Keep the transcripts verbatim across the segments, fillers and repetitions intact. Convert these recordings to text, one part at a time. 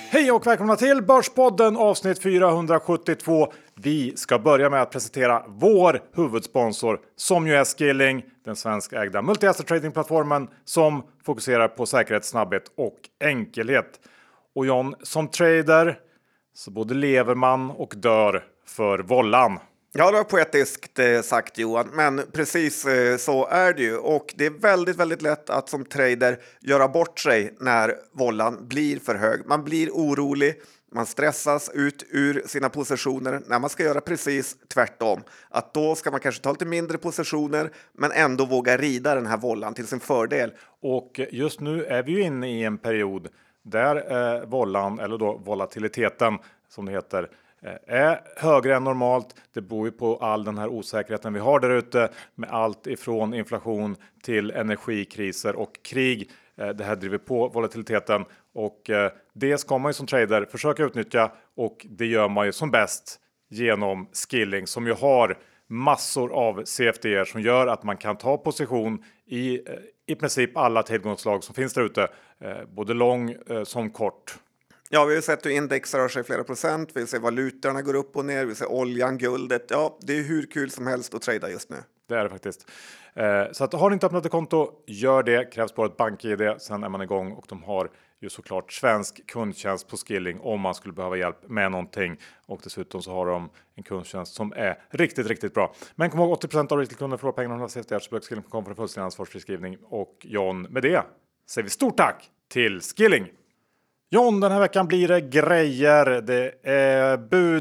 Hej och välkomna till Börspodden avsnitt fyrahundrasjuttiotvå. Vi ska börja med att presentera vår huvudsponsor som ju är Skilling, den svenskägda multi-asset tradingplattformen som fokuserar på säkerhet, snabbhet och enkelhet. Och John, som trader så både lever man och dör för vollan. Ja, det var poetiskt eh, sagt Johan, men precis eh, så är det ju. Och det är väldigt, väldigt lätt att som trader göra bort sig när vollan blir för hög. Man blir orolig, man stressas ut ur sina positioner när man ska göra precis tvärtom. Att då ska man kanske ta lite mindre positioner men ändå våga rida den här vollan till sin fördel. Och just nu är vi ju inne i en period där eh, vollan, eller då volatiliteten som det heter, är högre än normalt. Det beror ju på all den här osäkerheten vi har där ute med allt ifrån inflation till energikriser och krig. Det här driver på volatiliteten och det ska man ju som trader försöka utnyttja, och det gör man ju som bäst genom Skilling som ju har massor av C F D-er som gör att man kan ta position i i princip alla tillgångslag som finns där ute, både lång som kort. Ja, vi har sett hur index rör sig flera procent, vi ser valutorna går upp och ner, vi ser oljan, guldet. Ja, det är hur kul som helst att trada just nu. Det är det faktiskt. Eh, så att har ni inte öppnat ett konto, gör det. Krävs bara ett bank-I D, sen är man igång, och de har ju såklart svensk kundtjänst på Skilling om man skulle behöva hjälp med någonting. Och dessutom så har de en kundtjänst som är riktigt, riktigt bra. Men kom ihåg, åttio procent av retailkunder förlorar pengarna om de har C F D, så besök skilling punkt com för en fullständig ansvarsfriskrivning. Och John, med det säger vi stort tack till Skilling! John, den här veckan blir det grejer, det är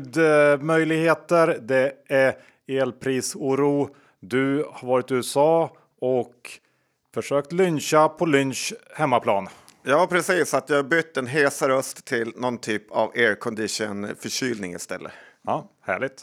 budmöjligheter, det är elprisoro. Du har varit i U S A och försökt lyncha på lynch hemmaplan. Ja, precis. Att jag har bytt en hes röst till någon typ av aircondition förkylning istället. Ja, härligt.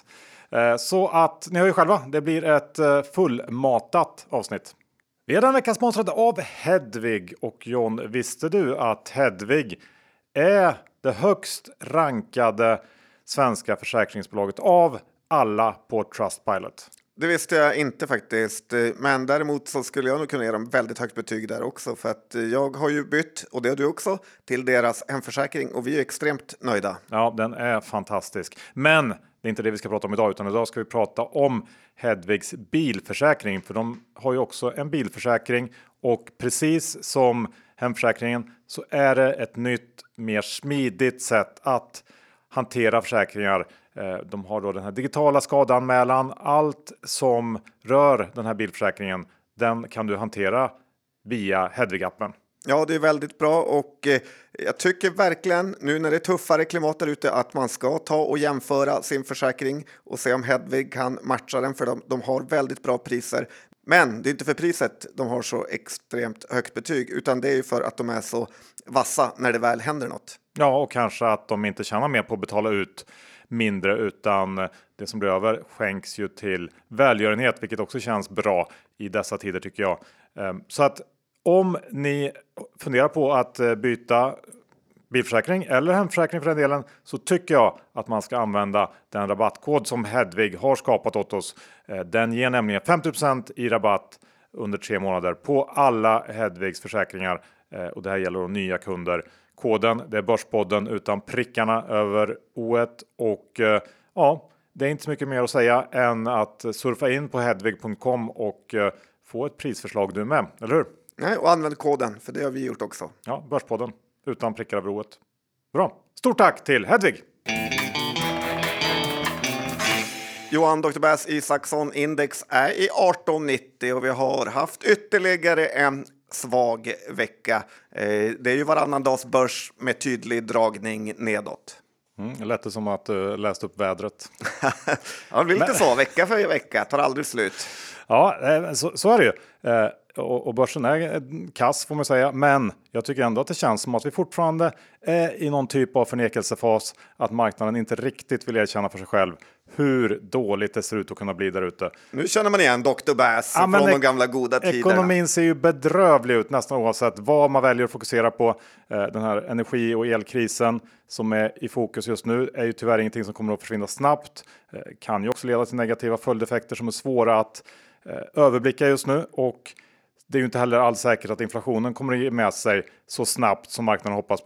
Så att ni hör ju själva, det blir ett fullmatat avsnitt. Vi är den veckan sponsrade av Hedvig, och John, visste du att Hedvig är det högst rankade svenska försäkringsbolaget av alla på Trustpilot? Det visste jag inte faktiskt, men däremot så skulle jag nog kunna ge dem väldigt högt betyg där också, för att jag har ju bytt, och det har du också, till deras hemförsäkring, och vi är extremt nöjda. Ja, den är fantastisk. Men det är inte det vi ska prata om idag, utan idag ska vi prata om Hedvigs bilförsäkring, för de har ju också en bilförsäkring, och precis som hemförsäkringen så är det ett nytt, mer smidigt sätt att hantera försäkringar. De har då den här digitala skadanmälan. Allt som rör den här bilförsäkringen, den kan du hantera via Hedvig-appen. Ja, det är väldigt bra, och eh, jag tycker verkligen nu när det är tuffare klimat där ute att man ska ta och jämföra sin försäkring och se om Hedvig kan matcha den, för de, de har väldigt bra priser. Men det är inte för priset de har så extremt högt betyg, utan det är ju för att de är så vassa när det väl händer något. Ja, och kanske att de inte tjänar mer på att betala ut mindre, utan det som blir över skänks ju till välgörenhet, vilket också känns bra i dessa tider tycker jag. Så att om ni funderar på att byta bilförsäkring eller hemförsäkring för den delen, så tycker jag att man ska använda den rabattkod som Hedvig har skapat åt oss. Den ger nämligen femtio procent i rabatt under tre månader på alla Hedvigs försäkringar, och det här gäller då nya kunder. Koden, det är Börspodden utan prickarna över o-et, och ja, det är inte så mycket mer att säga än att surfa in på hedvig punkt com och få ett prisförslag du med, eller hur? Nej, och använd koden, för det har vi gjort också. Ja, Börspodden utan prickar över o-et. Bra, stort tack till Hedvig! Johan, doktor Bass Isaksson, index är i arton nittio och vi har haft ytterligare en svag vecka. Det är ju varannan dags börs med tydlig dragning nedåt. Mm, det lät det som att du läste upp vädret. Ja, det blir lite så, vecka för vecka, tar aldrig slut. Ja, så, så är det ju. Och, och börsen är kass får man säga, men jag tycker ändå att det känns som att vi fortfarande är i någon typ av förnekelsefas, att marknaden inte riktigt vill erkänna för sig själv hur dåligt det ser ut att kunna bli där ute. Nu känner man igen doktor Bass ja, från de gamla goda tiderna. Ekonomin ser ju bedrövlig ut nästan oavsett vad man väljer att fokusera på. Den här energi- och elkrisen som är i fokus just nu är ju tyvärr ingenting som kommer att försvinna snabbt. Kan ju också leda till negativa följdeffekter som är svåra att överblicka just nu, och det är ju inte heller alls säkert att inflationen kommer att ge med sig så snabbt som marknaden hoppas på.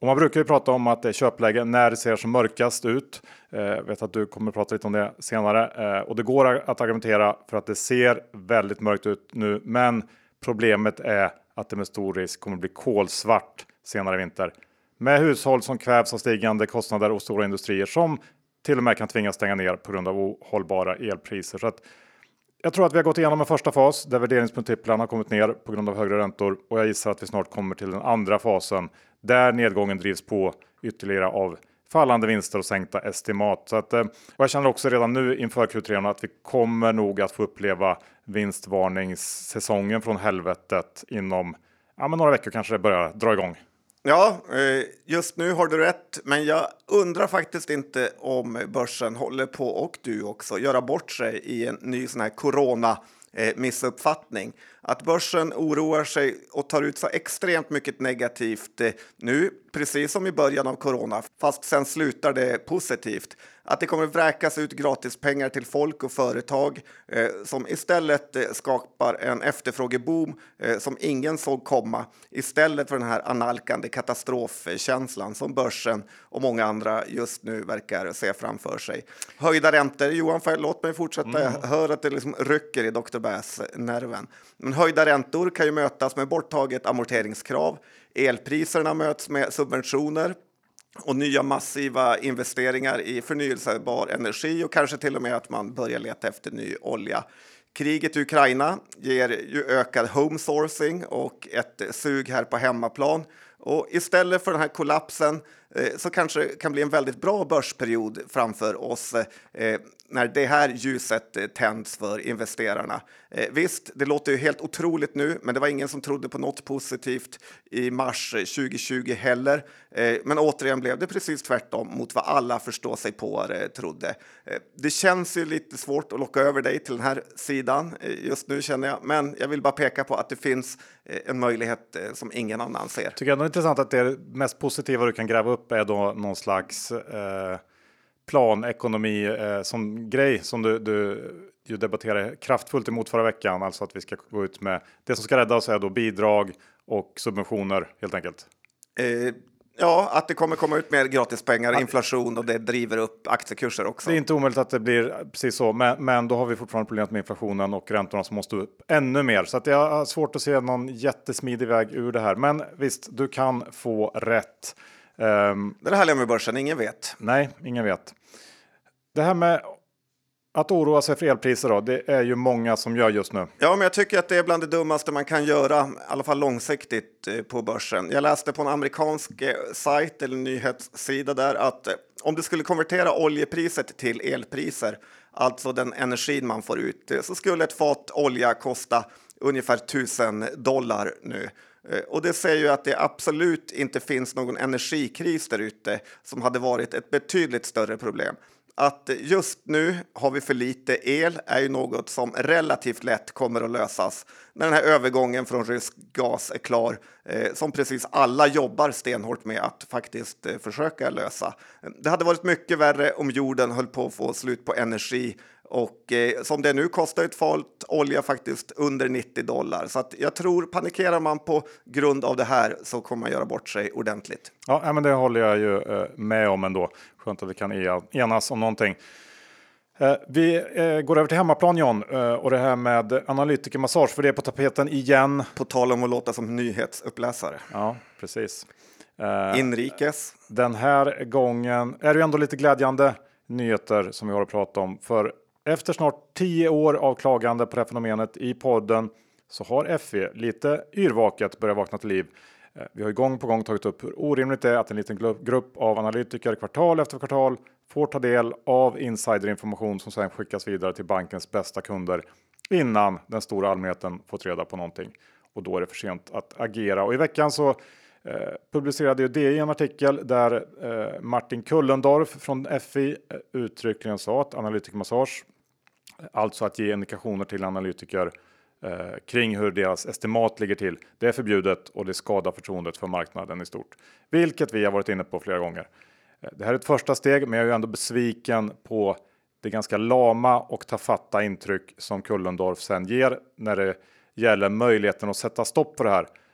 Och man brukar ju prata om att det är köpläge när det ser som mörkast ut. Jag vet att du kommer att prata lite om det senare. Och det går att argumentera för att det ser väldigt mörkt ut nu. Men problemet är att det med stor risk kommer att bli kolsvart senare i vinter. Med hushåll som kvävs av stigande kostnader och stora industrier som till och med kan tvingas stänga ner på grund av ohållbara elpriser. Så att jag tror att vi har gått igenom en första fas där värderingsmultiplarna har kommit ner på grund av högre räntor. Och jag gissar att vi snart kommer till den andra fasen där nedgången drivs på ytterligare av fallande vinster och sänkta estimat. Så att, och jag känner också redan nu inför Q tre att vi kommer nog att få uppleva vinstvarningssäsongen från helvetet inom ja, men några veckor kanske det börjar dra igång. Ja, just nu har du rätt, men jag undrar faktiskt inte om börsen håller på, och du också, göra bort sig i en ny sån här corona missuppfattning. Att börsen oroar sig och tar ut så extremt mycket negativt nu, precis som i början av corona, fast sen slutar det positivt. Att det kommer vräkas ut gratis pengar till folk och företag eh, som istället eh, skapar en efterfrågeboom eh, som ingen såg komma, istället för den här analkande katastrofkänslan som börsen och många andra just nu verkar se framför sig. Höjda räntor, Johan, för låt mig fortsätta. Mm. Jag hör att det liksom rycker i doktor Bass-nerven. Men höjda räntor kan ju mötas med borttaget amorteringskrav. Elpriserna möts med subventioner och nya massiva investeringar i förnyelsebar energi och kanske till och med att man börjar leta efter ny olja. Kriget i Ukraina ger ju ökad home sourcing och ett sug här på hemmaplan. Och istället för den här kollapsen eh, så kanske det kan bli en väldigt bra börsperiod framför oss eh, när det här ljuset eh, tänds för investerarna. Eh, visst, det låter ju helt otroligt nu, men det var ingen som trodde på något positivt i mars tjugo tjugo heller. Eh, men återigen blev det precis tvärtom mot vad alla förstå sig på eh, trodde. Eh, det känns ju lite svårt att locka över dig till den här sidan eh, just nu, känner jag. Men jag vill bara peka på att det finns eh, en möjlighet eh, som ingen annan ser. Tycker jag det är intressant att det mest positiva du kan gräva upp är då någon slags eh, planekonomi eh, som grej som du, du, du debatterade kraftfullt emot förra veckan. Alltså att vi ska gå ut med det som ska rädda oss är då bidrag och subventioner helt enkelt. Eh, ja, att det kommer komma ut mer gratispengar, inflation, och det driver upp aktiekurser också. Det är inte omöjligt att det blir precis så, men, men då har vi fortfarande problemet med inflationen och räntorna som måste upp ännu mer. Så att jag har svårt att se någon jättesmidig väg ur det här. Men visst, du kan få rätt. Um, det är det härliga med börsen, ingen vet. Nej, ingen vet. Det här med att oroa sig för elpriser då, det är ju många som gör just nu. Ja, men jag tycker att det är bland det dummaste man kan göra, i alla fall långsiktigt på börsen. Jag läste på en amerikansk sajt eller nyhetssida där att om du skulle konvertera oljepriset till elpriser, alltså den energin man får ut, så skulle ett fat olja kosta ungefär tusen dollar nu. Och det säger ju att det absolut inte finns någon energikris där ute som hade varit ett betydligt större problem. Att just nu har vi för lite el är ju något som relativt lätt kommer att lösas när den här övergången från rysk gas är klar, eh, som precis alla jobbar stenhårt med att faktiskt eh, försöka lösa. Det hade varit mycket värre om jorden höll på att få slut på energi, och eh, som det nu kostar ett fat olja faktiskt under nittio dollar. Så att jag tror, panikerar man på grund av det här så kommer man göra bort sig ordentligt. Ja, men det håller jag ju eh, med om ändå. Skönt att vi kan enas om någonting. Eh, vi eh, går över till hemmaplan, John, eh, och det här med analytikermassage, för det är på tapeten igen. På tal om att låta som nyhetsuppläsare. Ja, precis. Eh, Inrikes. Den här gången är det ändå lite glädjande nyheter som vi har att prata om. För efter snart tio år av klagande på det här fenomenet i podden så har F E lite yrvaket börjat vakna till liv. Vi har ju gång på gång tagit upp hur orimligt det är att en liten grupp av analytiker kvartal efter kvartal får ta del av insiderinformation som sedan skickas vidare till bankens bästa kunder innan den stora allmänheten fått reda på någonting. Och då är det för sent att agera. Och i veckan så eh, publicerade ju D I en artikel där eh, Martin Kullendorf från F I eh, uttryckligen sa att analytikermassage, alltså att ge indikationer till analytiker Eh, kring hur deras estimat ligger till, det är förbjudet och det skadar förtroendet för marknaden i stort. Vilket vi har varit inne på flera gånger. Eh, det här är ett första steg, men jag är ju ändå besviken på det ganska lama och tafatta intryck som Kullendorf sen ger när det gäller möjligheten att sätta stopp för det här.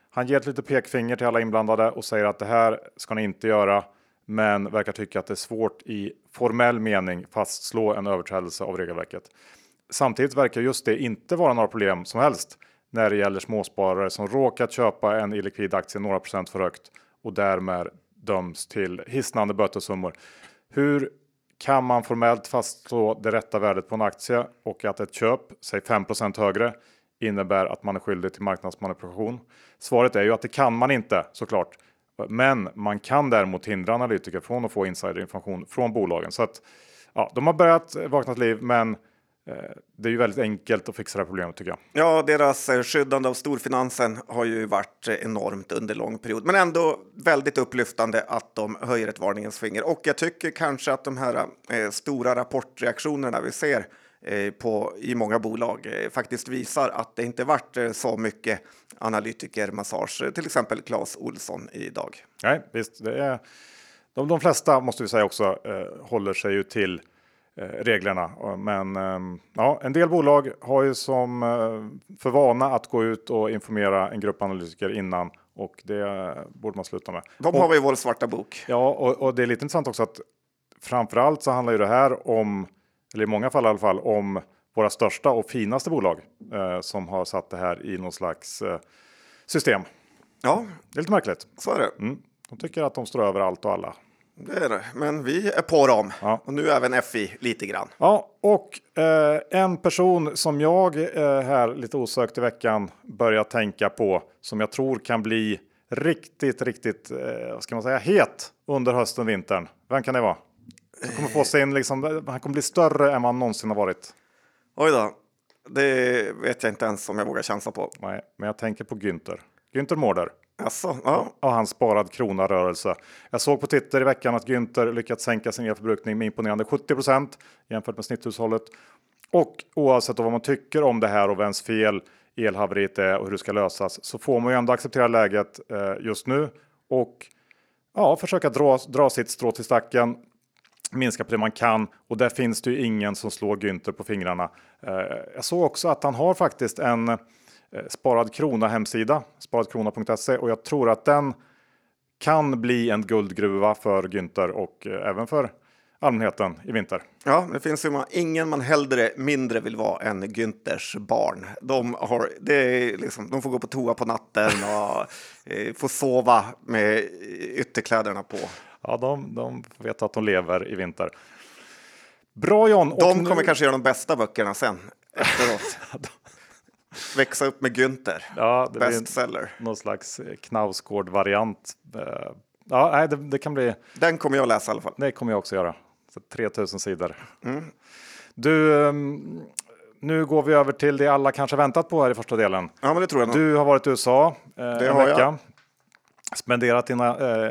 Han ger ett lite pekfinger till alla inblandade och säger att det här ska ni inte göra, men verkar tycka att det är svårt i formell mening fastslå en överträdelse av regelverket. Samtidigt verkar just det inte vara några problem som helst när det gäller småsparare som råkat köpa en illikvid aktie några procent för högt och därmed döms till hisnande bötessummor. Hur kan man formellt fastslå det rätta värdet på en aktie och att ett köp, säg fem procent högre, innebär att man är skyldig till marknadsmanipulation? Svaret är ju att det kan man inte, såklart. Men man kan däremot hindra analytiker från att få insiderinformation från bolagen. Så att ja, de har börjat vakna till liv, men eh, det är ju väldigt enkelt att fixa det här problemet, tycker jag. Ja, deras eh, skyddande av storfinansen har ju varit eh, enormt under lång period. Men ändå väldigt upplyftande att de höjer ett varningens finger. Och jag tycker kanske att de här eh, stora rapportreaktionerna vi ser eh, på, i många bolag eh, faktiskt visar att det inte varit eh, så mycket analytikermassage. Till exempel Clas Ohlson idag. Nej, visst. Det är, de, de flesta, måste vi säga också, eh, håller sig ju till reglerna. Men ja, en del bolag har ju som för vana att gå ut och informera en grupp analytiker innan, och det borde man sluta med. De har och, vi i vår svarta bok. Ja, och, och det är lite intressant också att framförallt så handlar ju det här om, eller i många fall i alla fall, om våra största och finaste bolag eh, som har satt det här i någon slags eh, system. Ja, det är lite märkligt. Så är det. Mm. De tycker att de står över allt och alla. Det är det, men vi är på dem. Ja. Och nu även F I lite grann. Ja, och eh, en person som jag eh, här lite osökt i veckan börjar tänka på, som jag tror kan bli riktigt, riktigt, eh, vad ska man säga, het under hösten, vintern. Vem kan det vara? Han kommer få sin, liksom, han kommer bli större än vad han någonsin har varit. Oj då, det vet jag inte ens om jag vågar chansa på. Nej, men jag tänker på Günther. Günther Mårder. Alltså, ja. Och hans sparad krona-rörelse. Jag såg på Twitter i veckan att Günther lyckats sänka sin elförbrukning med imponerande sjuttio procent jämfört med snitthushållet. Och oavsett vad man tycker om det här och vems fel elhaveriet är och hur det ska lösas, så får man ju ändå acceptera läget eh, just nu och ja, försöka dra, dra sitt strå till stacken, minska på det man kan, och där finns det ju ingen som slår Günther på fingrarna. Eh, jag såg också att han har faktiskt en Sparad krona hemsida, sparadkrona punkt se, och jag tror att den kan bli en guldgruva för Günther och eh, även för allmänheten i vinter. Ja, det finns ju ingen man hellre mindre vill vara än Günthers barn. De, har, det är liksom, de får gå på toa på natten och eh, få sova med ytterkläderna på. Ja, de, de vet att de lever i vinter. Bra, John. De kommer nu... kanske göra de bästa böckerna sen efteråt. Växa upp med Günther. Ja, det bestseller. Någon slags Knausgård-variant. Ja, nej, det, det kan bli... Den kommer jag läsa i alla fall. Det kommer jag också göra. Så tre tusen sidor. Mm. Du, nu går vi över till det alla kanske väntat på här i första delen. Ja, men det tror jag nog. Du har varit i U S A eh, det en har vecka. Jag. Spenderat dina eh,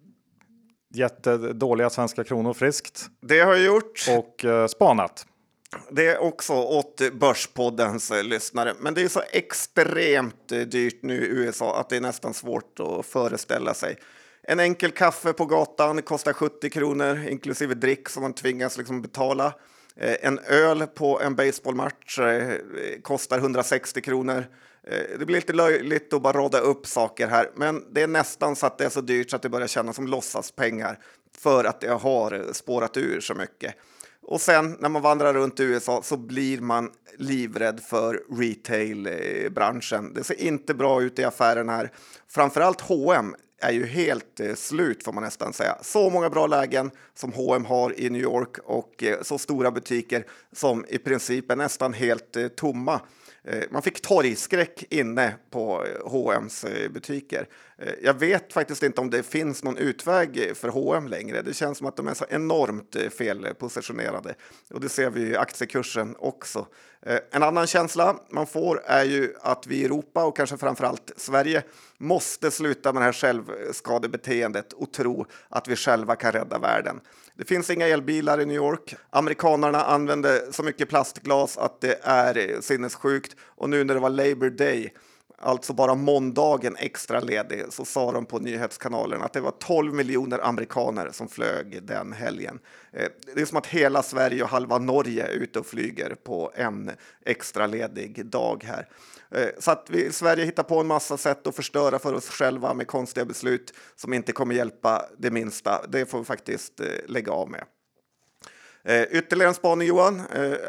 jättedåliga svenska kronor friskt. Det har jag gjort. Och eh, spanat. Det är också åt Börspoddens lyssnare. Men det är så extremt dyrt nu i U S A att det är nästan svårt att föreställa sig. En enkel kaffe på gatan kostar sjuttio kronor, inklusive drick som man tvingas liksom betala. En öl på en baseballmatch kostar hundrasextio kronor. Det blir lite löjligt att bara råda upp saker här. Men det är nästan så att det är så dyrt så att det börjar kännas som låtsaspengar. För att det har spårat ur så mycket. Och sen när man vandrar runt i U S A så blir man livrädd för retailbranschen. Det ser inte bra ut i affären här. Framförallt H och M är ju helt slut, får man nästan säga. Så många bra lägen som H och M har i New York och så stora butiker som i princip är nästan helt tomma. Man fick torgskräck inne på H och M:s butiker. Jag vet faktiskt inte om det finns någon utväg för H och M längre. Det känns som att de är så enormt felpositionerade. Och det ser vi i aktiekursen också. En annan känsla man får är ju att vi i Europa och kanske framförallt Sverige måste sluta med det här självskadebeteendet och tro att vi själva kan rädda världen. Det finns inga elbilar i New York. Amerikanerna använder så mycket plastglas att det är sinnessjukt. Och nu när det var Labor Day alltså bara måndagen extra ledig, så sa de på nyhetskanalen att det var tolv miljoner amerikaner som flög den helgen. Det är som att hela Sverige och halva Norge är ute och flyger på en extra ledig dag här. Så att vi i Sverige hittar på en massa sätt att förstöra för oss själva med konstiga beslut som inte kommer hjälpa det minsta. Det får vi faktiskt lägga av med. Ytterligare en spaning, Johan.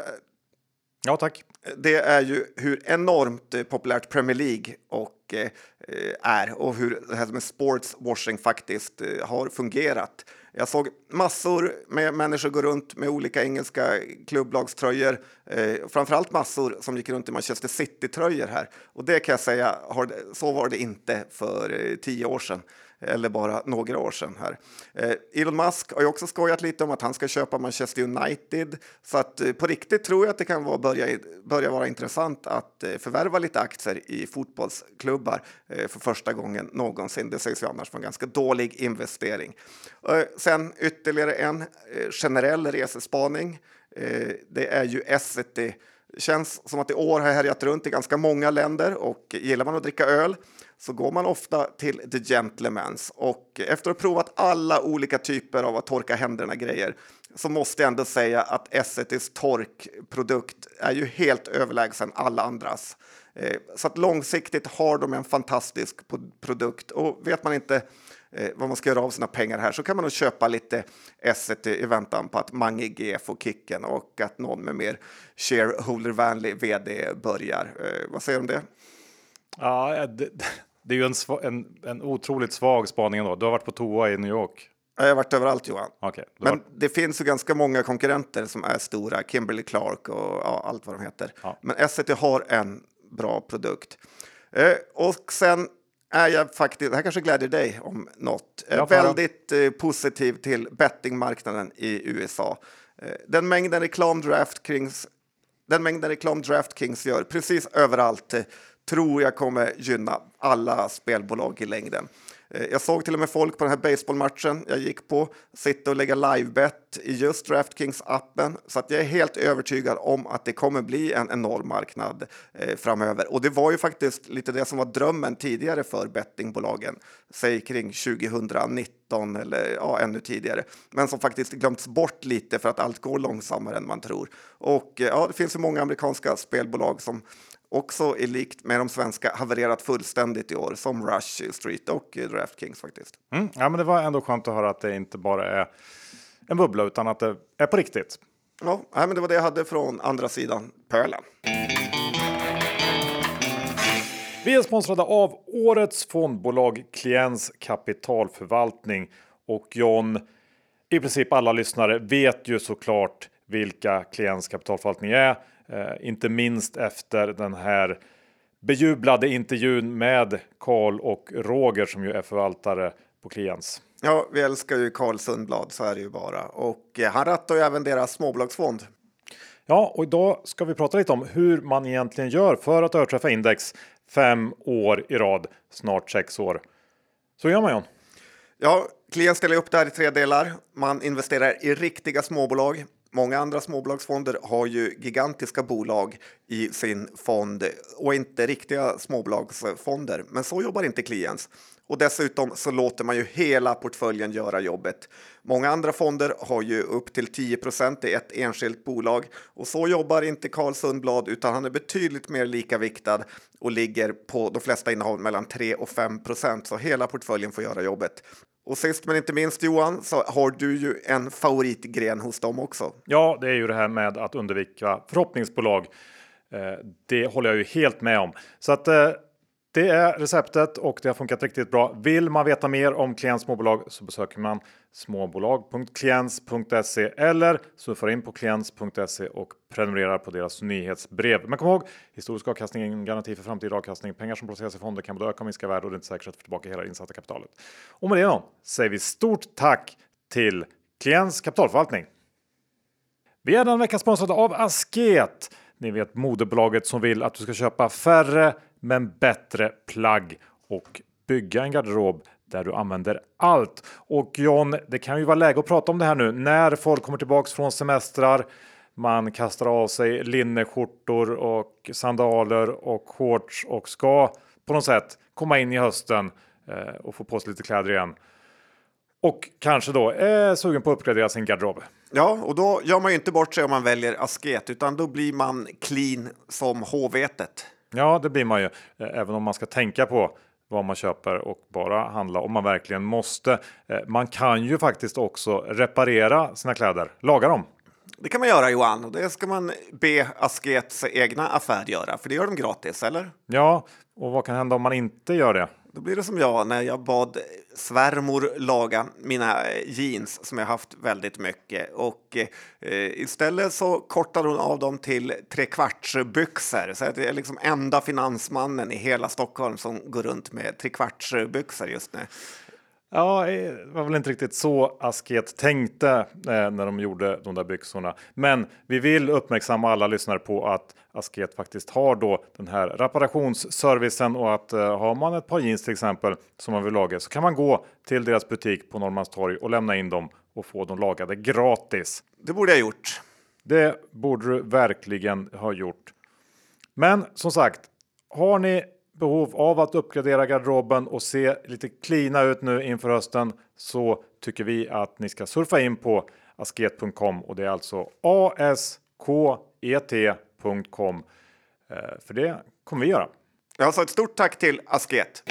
Ja, tack. Det är ju hur enormt populärt Premier League och, eh, är och hur det här med sportswashing faktiskt eh, har fungerat. Jag såg massor med människor gå runt med olika engelska klubblagströjor. Eh, framförallt massor som gick runt i Manchester City-tröjor här. Och det kan jag säga, har, så var det inte för eh, tio år sedan. Eller bara några år sedan här. Eh, Elon Musk har ju också skojat lite om att han ska köpa Manchester United. Så att eh, på riktigt tror jag att det kan vara, börja, börja vara intressant att eh, förvärva lite aktier i fotbollsklubbar eh, för första gången någonsin. Det sägs ju annars vara en ganska dålig investering. Eh, sen ytterligare en eh, generell resespaning. Eh, det är ju Essity. Känns som att i år har jag härjat runt i ganska många länder och gillar man att dricka öl så går man ofta till The Gentleman's, och efter att ha provat alla olika typer av att torka händerna grejer så måste jag ändå säga att Essitys torkprodukt är ju helt överlägsen alla andras. Så att långsiktigt har de en fantastisk produkt, och vet man inte vad man ska göra av sina pengar här så kan man nog köpa lite Essity i väntan på att Mange G får kicken och att någon med mer shareholder-vänlig vd börjar. Vad säger du om det? Ja, det, det är ju en, en, en otroligt svag spaning då. Du har varit på toa i New York. Jag har varit överallt, Johan. Okay, Men varit... det finns ju ganska många konkurrenter som är stora. Kimberly Clark och ja, allt vad de heter. Ja. Men Essity har en bra produkt. Eh, och sen är jag faktiskt, det här kanske gläder dig om något, eh, väldigt eh, positiv till bettingmarknaden i U S A. Eh, den mängden reklam DraftKings, den mängden reklam DraftKings gör precis överallt eh, tror jag kommer gynna alla spelbolag i längden. Jag såg till och med folk på den här baseballmatchen jag gick på sitta och lägga livebett i just DraftKings-appen. Så att jag är helt övertygad om att det kommer bli en enorm marknad eh, framöver. Och det var ju faktiskt lite det som var drömmen tidigare för bettingbolagen. Säg kring tjugonitton eller ja, ännu tidigare. Men som faktiskt glömts bort lite för att allt går långsammare än man tror. Och eh, ja, det finns ju många amerikanska spelbolag som också i likt med de svenska havererat fullständigt i år, som Rush Street och DraftKings faktiskt. Mm, ja, men det var ändå skönt att höra att det inte bara är en bubbla utan att det är på riktigt. Ja, men det var det jag hade från andra sidan pölen. Vi är sponsrade av årets fondbolag Klients kapitalförvaltning. Och John, i princip alla lyssnare vet ju såklart vilka Klients kapitalförvaltning är. Eh, inte minst efter den här bejublade intervjun med Carl och Roger som ju är förvaltare på Klients. Ja, vi älskar ju Carl Sundblad, så är det ju bara. Och eh, han rattar ju även deras småbolagsfond. Ja, och idag ska vi prata lite om hur man egentligen gör för att överträffa index fem år i rad, snart sex år. Så gör man, John. Ja, Klients ställer upp det här i tre delar. Man investerar i riktiga småbolag. Många andra småbolagsfonder har ju gigantiska bolag i sin fond och inte riktiga småbolagsfonder. Men så jobbar inte Klients. Och dessutom så låter man ju hela portföljen göra jobbet. Många andra fonder har ju upp till tio procent i ett enskilt bolag. Och så jobbar inte Carl Sundblad, utan han är betydligt mer likaviktad och ligger på de flesta innehav mellan tre och fem procent. Så hela portföljen får göra jobbet. Och sist men inte minst, Johan, så har du ju en favoritgren hos dem också. Ja, det är ju det här med att undvika förhoppningsbolag. Det håller jag ju helt med om. Så att det är receptet och det har funkat riktigt bra. Vill man veta mer om Klients småbolag så besöker man småbolag punkt klients punkt se eller surfar in på klients punkt se och prenumererar på deras nyhetsbrev. Men kom ihåg, historisk avkastning är en garanti för framtida avkastning. Pengar som placeras i fonder kan både öka och minska värde och det är inte säkert att få tillbaka hela insatta kapitalet. Och med det då säger vi stort tack till Klients kapitalförvaltning. Vi är den veckan sponsrade av Asket. Ni vet, modebolaget som vill att du ska köpa färre men bättre plagg och bygga en garderob där du använder allt. Och John, det kan ju vara läge att prata om det här nu när folk kommer tillbaks från semestrar. Man kastar av sig linneskjortor och sandaler och shorts och ska på något sätt komma in i hösten eh, och få på sig lite kläder igen. Och kanske då är sugen på att uppgradera sin garderob. Ja, och då gör man ju inte bort sig om man väljer asket, utan då blir man clean som håvetet. Ja, det blir man ju. Även om man ska tänka på vad man köper och bara handla om man verkligen måste. Man kan ju faktiskt också reparera sina kläder, laga dem. Det kan man göra, Johan, och det ska man be Askets egna affär göra, för det gör de gratis, eller? Ja, och vad kan hända om man inte gör det? Då blir det som jag när jag bad svärmor laga mina jeans som jag haft väldigt mycket. Och eh, istället så kortade hon av dem till trekvartsbyxor. Så att det är liksom enda finansmannen i hela Stockholm som går runt med trekvartsbyxor just nu. Ja, det var väl inte riktigt så Asket tänkte eh, när de gjorde de där byxorna. Men vi vill uppmärksamma alla lyssnare på att Asket faktiskt har då den här reparationsservicen och att eh, har man ett par jeans till exempel som man vill laga så kan man gå till deras butik på Norrmalmstorg och lämna in dem och få dem lagade gratis. Det borde jag gjort. Det borde du verkligen ha gjort. Men som sagt, har ni behov av att uppgradera garderoben och se lite cleana ut nu inför hösten så tycker vi att ni ska surfa in på asket punkt com och det är alltså A S K E T punkt com för det kommer vi göra. Jag sa ett stort tack till Asket.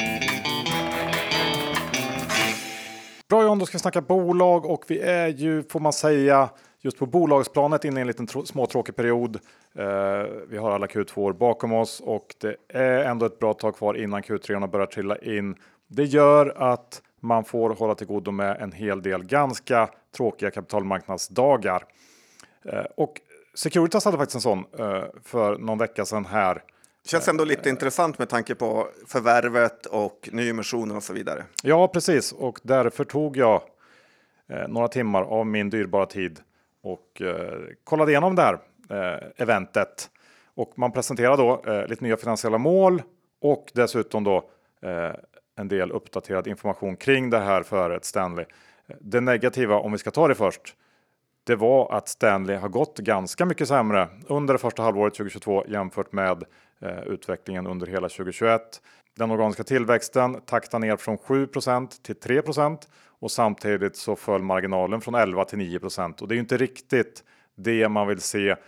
Bra John, då ska vi snacka bolag och vi är ju, får man säga, just på bolagsplanet inne i en liten tro- småtråkig period. Uh, vi har alla Q två bakom oss och det är ändå ett bra tag kvar innan Q tre börjar trilla in. Det gör att man får hålla till godo med en hel del ganska tråkiga kapitalmarknadsdagar. Uh, och Securitas hade faktiskt en sån uh, för någon vecka sedan här. Känns ändå lite uh, intressant med tanke på förvärvet och nyemissionen och så vidare. Ja, precis. Och därför tog jag uh, några timmar av min dyrbara tid och uh, kollade igenom det här eh, eventet. Och man presenterar då eh, lite nya finansiella mål och dessutom då eh, en del uppdaterad information kring det här för ett Stanley. Det negativa, om vi ska ta det först, det var att Stanley har gått ganska mycket sämre under det första halvåret tjugohundratjugotvå jämfört med eh, utvecklingen under hela tjugohundratjugoett. Den organiska tillväxten taktar ner från sju procent till tre procent och samtidigt så föll marginalen från elva till nio procent. Och det är ju inte riktigt det man vill se eh,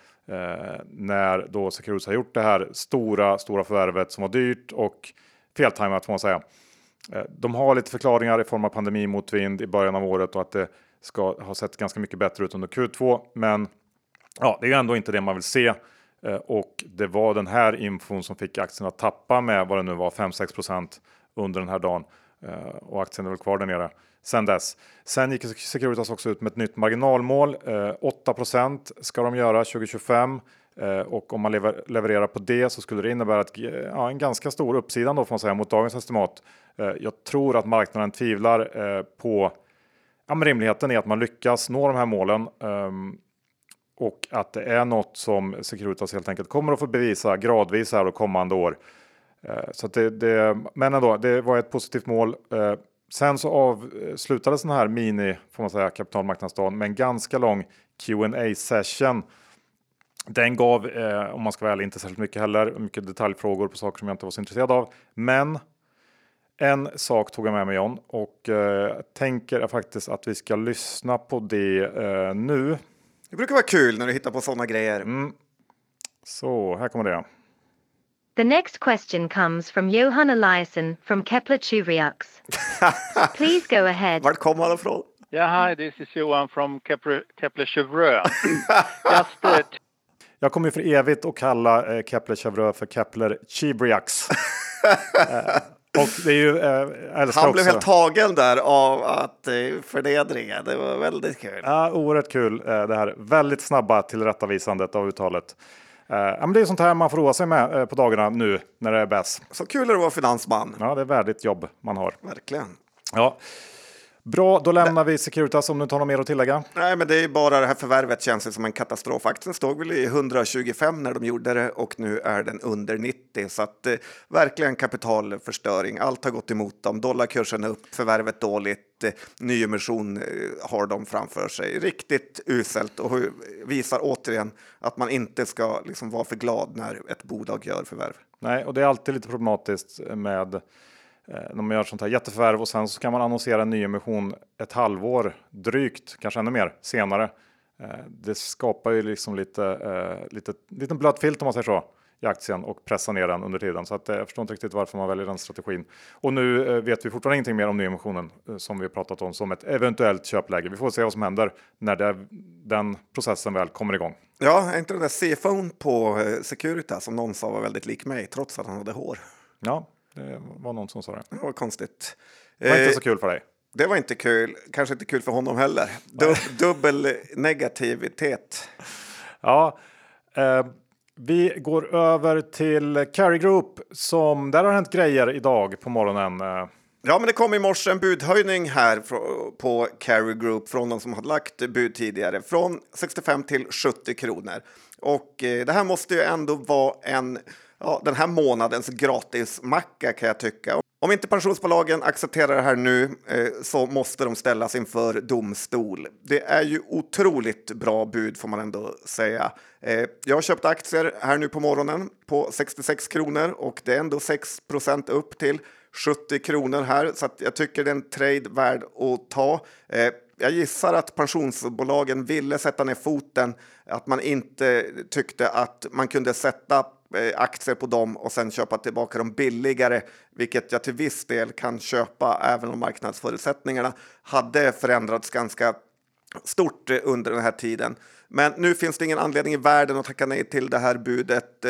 när då Securitas har gjort det här stora, stora förvärvet som var dyrt och feltajmat får man säga. Eh, de har lite förklaringar i form av pandemi motvind i början av året och att det ska ha sett ganska mycket bättre ut under Q två. Men ja, det är ju ändå inte det man vill se. Eh, och det var den här infon som fick aktien att tappa med vad det nu var fem till sex procent under den här dagen. Eh, och aktien är väl kvar där nere sen dess. Sen gick Securitas också ut med ett nytt marginalmål. Eh, åtta procent ska de göra tjugohundratjugofem. Eh, och om man lever, levererar på det så skulle det innebära ett, ja, en ganska stor uppsida då får man säga mot dagens estimat. Eh, jag tror att marknaden tvivlar eh, på ja, men rimligheten i att man lyckas nå de här målen. Eh, och att det är något som Securitas helt enkelt kommer att få bevisa gradvis här och kommande år. Eh, så att det, det, men ändå, det var ett positivt mål. Eh, Sen så avslutades den här mini, får man säga, kapitalmarknadsdagen med en ganska lång Q and A-session. Den gav, eh, om man ska vara ärlig, inte särskilt mycket heller. Mycket detaljfrågor på saker som jag inte var så intresserad av. Men en sak tog jag med mig, John. Och eh, tänker faktiskt att vi ska lyssna på det eh, nu. Det brukar vara kul när du hittar på sådana grejer. Mm. Så, här kommer det. The next question comes from Johan Eliasson from Kepler Cheuvreux. Please go ahead. Vart kom han ifrån? Yeah, hi, this is Johan from Kepler, Kepler Cheuvreux. Just uh, Jag kommer ju för evigt att kalla eh, Kepler Cheuvreux för Kepler Cheuvreux. eh, och det är ju, eh, han också. blev helt tagen där av att eh, förnedringen. Det var väldigt kul. Ja, oerhört kul. Eh, det här väldigt snabba tillrättavisandet av uttalet. Uh, men det är sånt här man får roa sig med uh, på dagarna nu när det är bäst. Så kul är det att vara finansman. Ja, det är värdigt jobb man har. Verkligen. Ja. Bra, då lämnar vi Securitas om du inte har något mer att tillägga. Nej, men det är bara det här förvärvet känns det som en katastrof. Aktien stod väl i etthundratjugofem när de gjorde det och nu är den under nittio. Så att eh, verkligen kapitalförstöring. Allt har gått emot dem. Dollarkursen är upp, förvärvet dåligt. Eh, nyemission eh, har de framför sig. Riktigt uselt och visar återigen att man inte ska liksom vara för glad när ett bolag gör förvärv. Nej, och det är alltid lite problematiskt med när man gör sånt här jätteförvärv och sen så kan man annonsera en nyemission ett halvår drygt, kanske ännu mer senare. Det skapar ju liksom lite, lite liten blöt filt om man säger så i aktien och pressar ner den under tiden. Så att jag förstår inte riktigt varför man väljer den strategin. Och nu vet vi fortfarande ingenting mer om nyemissionen som vi har pratat om som ett eventuellt köpläge. Vi får se vad som händer när det, den processen väl kommer igång. Ja, är inte den där C F O:n på Securitas som någon sa var väldigt lik mig trots att han hade hår? Ja, det var någon som sa det. Det var konstigt. Det var eh, inte så kul för dig. Det var inte kul. Kanske inte kul för honom heller. Dub, dubbel negativitet. Ja, eh, vi går över till Carry Group som där har hänt grejer idag på morgonen. Ja, men det kom i morse en budhöjning här på Carry Group från de som hade lagt bud tidigare från sextiofem till sjuttio kronor. Och eh, det här måste ju ändå vara en ja, den här månadens gratismacka kan jag tycka. Om inte pensionsbolagen accepterar det här nu eh, så måste de ställas inför domstol. Det är ju otroligt bra bud får man ändå säga. Eh, jag har köpt aktier här nu på morgonen på sextiosex kronor och det är ändå sex procent upp till sjuttio kronor här. Så att jag tycker det är en trade värd att ta. Eh, jag gissar att pensionsbolagen ville sätta ner foten. Att man inte tyckte att man kunde sätta aktier på dem och sen köpa tillbaka dem billigare, vilket jag till viss del kan köpa även om marknadsförutsättningarna hade förändrats ganska stort under den här tiden. Men nu finns det ingen anledning i världen att tacka nej till det här budet.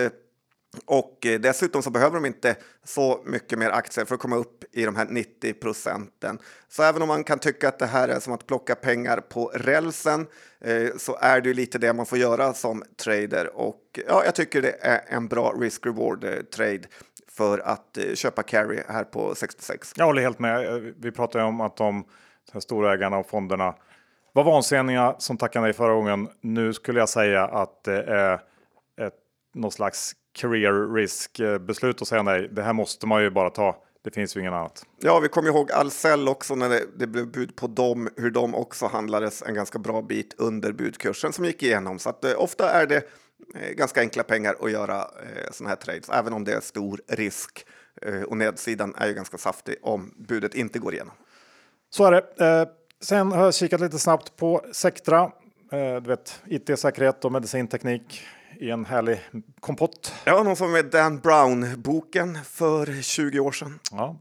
Och dessutom så behöver de inte så mycket mer aktier för att komma upp i de här nittio procenten. Så även om man kan tycka att det här är som att plocka pengar på rälsen eh, så är det ju lite det man får göra som trader. Och ja, jag tycker det är en bra risk-reward eh, trade för att eh, köpa carry här på sextiosex. Jag håller helt med. Vi pratade om att de här stora ägarna och fonderna var vansinniga som tackade nej förra gången. Nu skulle jag säga att det är ett, någon slags career risk beslut att säga nej. Det här måste man ju bara ta. Det finns ju ingen annat. Ja, vi kommer ihåg Ahlsell också när det, det blev bud på dem. Hur de också handlades en ganska bra bit under budkursen som gick igenom. Så att eh, ofta är det eh, ganska enkla pengar att göra eh, såna här trades. Även om det är stor risk. Eh, och nedsidan är ju ganska saftig om budet inte går igenom. Så är det. Eh, sen har jag kikat lite snabbt på Sectra. Eh, du vet, I T-säkerhet och medicinteknik i en härlig kompott. Ja, någon som med Dan Brown-boken för tjugo år sedan. Ja.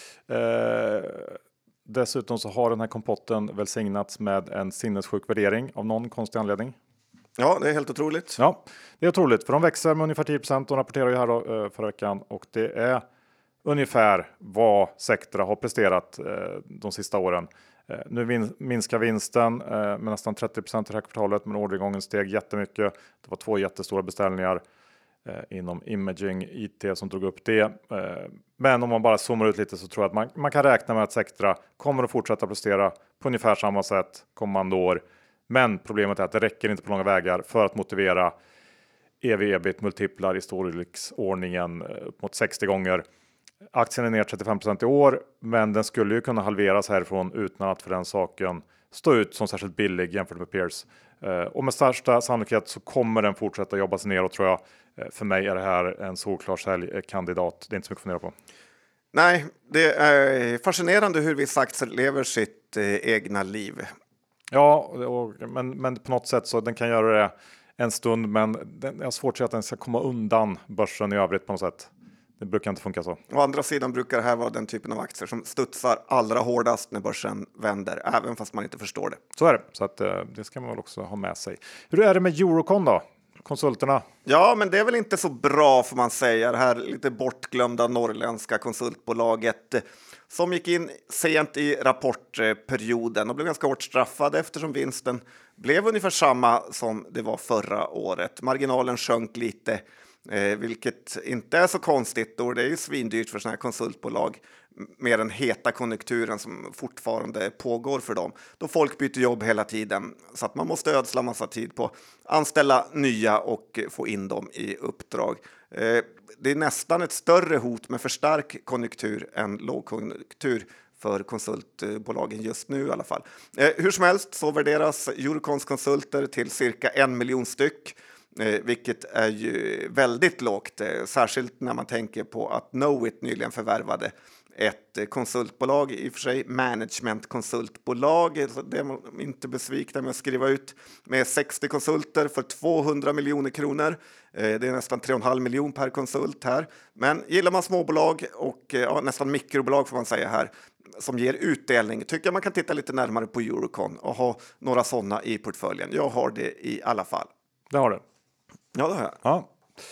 Eh, dessutom så har den här kompotten välsignats med en sinnessjuk värdering av någon konstig anledning. Ja, det är helt otroligt. Ja, det är otroligt för de växer med ungefär tio procent. De rapporterar ju här då, eh, förra veckan och det är ungefär vad Sectra har presterat eh, de sista åren. Eh, nu vin- minskar vinsten eh, med nästan trettio procent i det här kvartalet, men orderingången steg jättemycket. Det var två jättestora beställningar eh, inom imaging, I T som drog upp det. Eh, men om man bara zoomar ut lite så tror jag att man, man kan räkna med att Sectra kommer att fortsätta prestera på ungefär samma sätt kommande år. Men problemet är att det räcker inte på långa vägar för att motivera E V-ebit-multiplar i storleksordningen upp mot sextio gånger. Aktien är ner trettiofem procent i år, men den skulle ju kunna halveras härifrån utan att för den saken stå ut som särskilt billig jämfört med peers. Och med största sannolikhet så kommer den fortsätta jobba sig ner och tror jag, för mig är det här en solklar säljkandidat. Det är inte så mycket att fundera på. Nej, det är fascinerande hur vissa aktier lever sitt eh, egna liv. Ja, och, men, men på något sätt så den kan göra det en stund, men den, jag har svårt att se att den ska komma undan börsen i övrigt på något sätt. Det brukar inte funka så. Å andra sidan brukar det här vara den typen av aktier som studsar allra hårdast när börsen vänder, även fast man inte förstår det. Så är det, så att, det ska man väl också ha med sig. Hur är det med Eurocon då? Konsulterna? Ja, men det är väl inte så bra får man säga. Det här lite bortglömda norrländska konsultbolaget som gick in sent i rapportperioden och blev ganska hårt straffade eftersom vinsten blev ungefär samma som det var förra året. Marginalen sjönk lite Eh, vilket inte är så konstigt då det är ju svindyrt för sådana här konsultbolag med den heta konjunkturen som fortfarande pågår för dem. Då folk byter jobb hela tiden så att man måste ödsla massa tid på anställa nya och få in dem i uppdrag. Eh, det är nästan ett större hot med för stark konjunktur än lågkonjunktur för konsultbolagen just nu i alla fall. Eh, hur som helst så värderas Eurocons konsulter till cirka en miljon styck. Eh, vilket är ju väldigt lågt, eh, särskilt när man tänker på att Knowit nyligen förvärvade ett eh, konsultbolag, i och för sig managementkonsultbolag, så det är man inte besvikna med att skriva ut, med sextio konsulter för tvåhundra miljoner kronor. Eh, det är nästan tre och en halv miljon per konsult här. Men gillar man småbolag och eh, ja, nästan mikrobolag får man säga här, som ger utdelning, tycker jag man kan titta lite närmare på Eurocon och ha några sådana i portföljen. Jag har det i alla fall. Det har du. Ja, det har jag. Ja.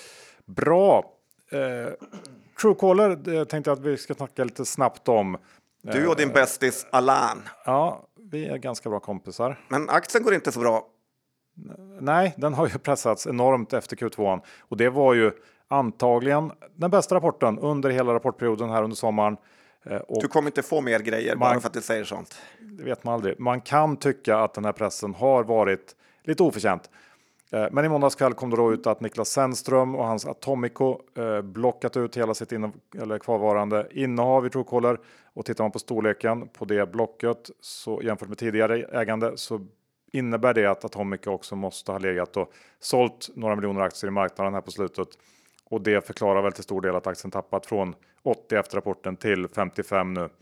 Bra. Eh, Truecaller, jag tänkte att vi ska snacka lite snabbt om. Eh, Du och din bästis Alan. Ja, vi är ganska bra kompisar. Men aktien går inte så bra. Nej, den har ju pressats enormt efter Q två. Och det var ju antagligen den bästa rapporten under hela rapportperioden här under sommaren. Eh, och du kommer inte få mer grejer man, bara för att du säger sånt. Det vet man aldrig. Man kan tycka att den här pressen har varit lite oförtjänt. Men i måndags kväll kom det då ut att Niklas Zennström och hans Atomico eh, blockat ut hela sitt inne, eller kvarvarande innehav i Truecaller. Och tittar man på storleken på det blocket så jämfört med tidigare ägande så innebär det att Atomico också måste ha legat och sålt några miljoner aktier i marknaden här på slutet. Och det förklarar väl till stor del att aktien tappat från åttio efter rapporten till femtiofem nu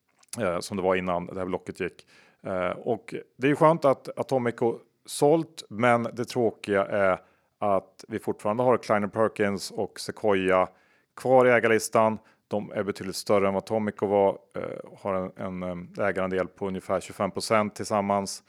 eh, som det var innan det här blocket gick. Eh, och det är ju skönt att Atomico sålt, men det tråkiga är att vi fortfarande har Kleiner Perkins och Sequoia kvar i ägarlistan. De är betydligt större än vad Atomico var, eh, har en, en ägarandel på ungefär tjugofem procent tillsammans.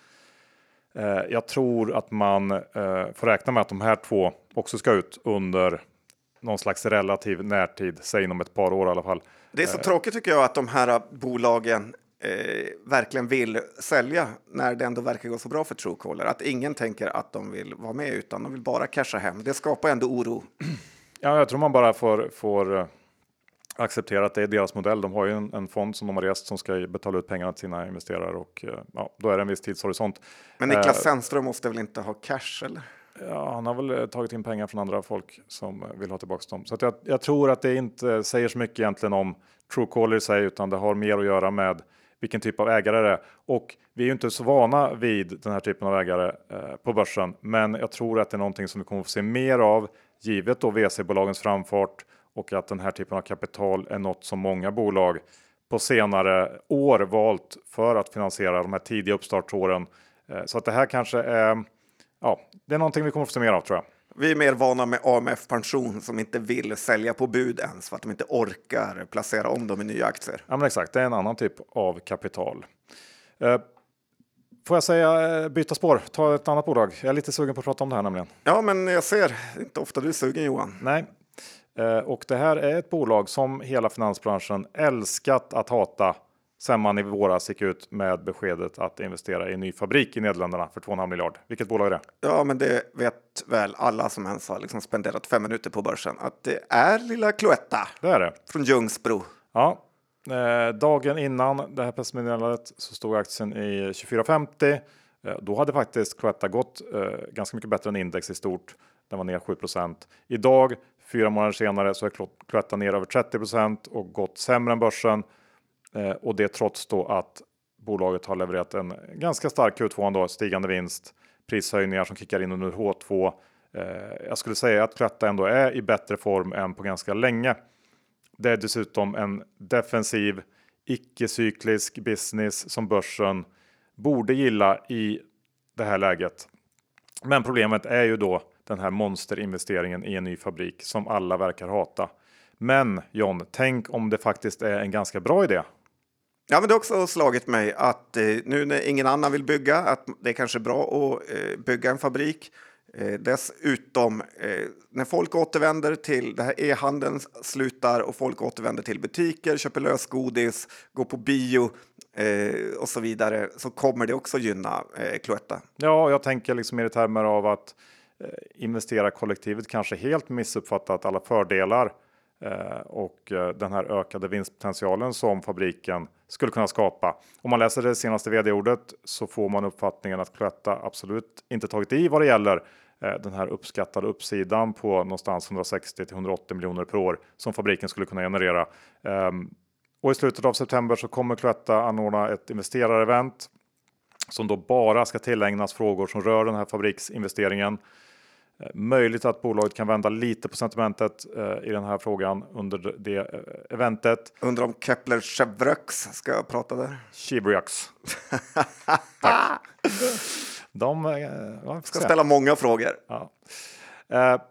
Eh, jag tror att man eh, får räkna med att de här två också ska ut under någon slags relativ närtid, säg inom ett par år i alla fall. Det är så eh. tråkigt tycker jag att de här bolagen Eh, verkligen vill sälja när det ändå verkar gå så bra för Truecaller. Att ingen tänker att de vill vara med utan de vill bara casha hem. Det skapar ändå oro. Ja, jag tror man bara får, får acceptera att det är deras modell. De har ju en, en fond som de har rest som ska betala ut pengarna till sina investerare och ja, då är det en viss tidshorisont. Men Niklas eh, Zennström måste väl inte ha cash eller? Ja, han har väl tagit in pengar från andra folk som vill ha tillbaka dem. Så att jag, jag tror att det inte säger så mycket egentligen om Truecaller i sig utan det har mer att göra med vilken typ av ägare det är. Och vi är ju inte så vana vid den här typen av ägare eh, på börsen. Men jag tror att det är någonting som vi kommer att få se mer av givet då V C-bolagens framfart. Och att den här typen av kapital är något som många bolag på senare år valt för att finansiera de här tidiga uppstartsåren. Eh, så att det här kanske är, ja, det är någonting vi kommer att få se mer av tror jag. Vi är mer vana med A M F-pension som inte vill sälja på bud ens för att de inte orkar placera om dem i nya aktier. Ja, men exakt, det är en annan typ av kapital. Eh, får jag säga byta spår, ta ett annat bolag. Jag är lite sugen på att prata om det här nämligen. Ja, men jag ser inte ofta du är sugen Johan. Nej, eh, och det här är ett bolag som hela finansbranschen älskat att hata sen man i våras gick ut med beskedet att investera i en ny fabrik i Nederländerna för två komma fem miljard. Vilket bolag är det? Ja, men det vet väl alla som ens har liksom spenderat fem minuter på börsen att det är lilla Cloetta. Det är det. Från Ljungsbro. Ja, eh, dagen innan det här pressmeddelandet så stod aktien i tjugofyra femtio. Eh, då hade faktiskt Cloetta gått eh, ganska mycket bättre än index i stort. Den var ner sju procent. Idag, fyra månader senare, så är Cloetta ner över trettio procent och gått sämre än börsen. Eh, och det trots då att bolaget har levererat en ganska stark Q två då, stigande vinst, prishöjningar som kickar in under H två. Eh, jag skulle säga att Cloetta ändå är i bättre form än på ganska länge. Det är dessutom en defensiv, icke-cyklisk business som börsen borde gilla i det här läget. Men problemet är ju då den här monsterinvesteringen i en ny fabrik som alla verkar hata. Men John, tänk om det faktiskt är en ganska bra idé. Ja, men det har också slagit mig att eh, nu när ingen annan vill bygga, att det är kanske bra att eh, bygga en fabrik. Eh, dessutom, eh, när folk återvänder till det här e-handeln slutar och folk återvänder till butiker, köper lösgodis, går på bio eh, och så vidare, så kommer det också gynna eh, Cloetta. Ja, jag tänker liksom i termer av att investerarkollektivet kanske helt missuppfattat alla fördelar eh, och eh, den här ökade vinstpotentialen som fabriken skulle kunna skapa. Om man läser det senaste vd-ordet så får man uppfattningen att Cloetta absolut inte tagit i vad det gäller eh, den här uppskattade uppsidan på någonstans hundrasextio till hundraåttio miljoner per år som fabriken skulle kunna generera. Um, och i slutet av september så kommer Cloetta anordna ett investerarevent som då bara ska tillägnas frågor som rör den här fabriksinvesteringen. Möjligt att bolaget kan vända lite på sentimentet eh, i den här frågan under det eh, eventet. Undrar om Kepler Chevreux ska prata där? Chevreux. Tack. De eh, ja, ska ställa många frågor. Ja. Eh,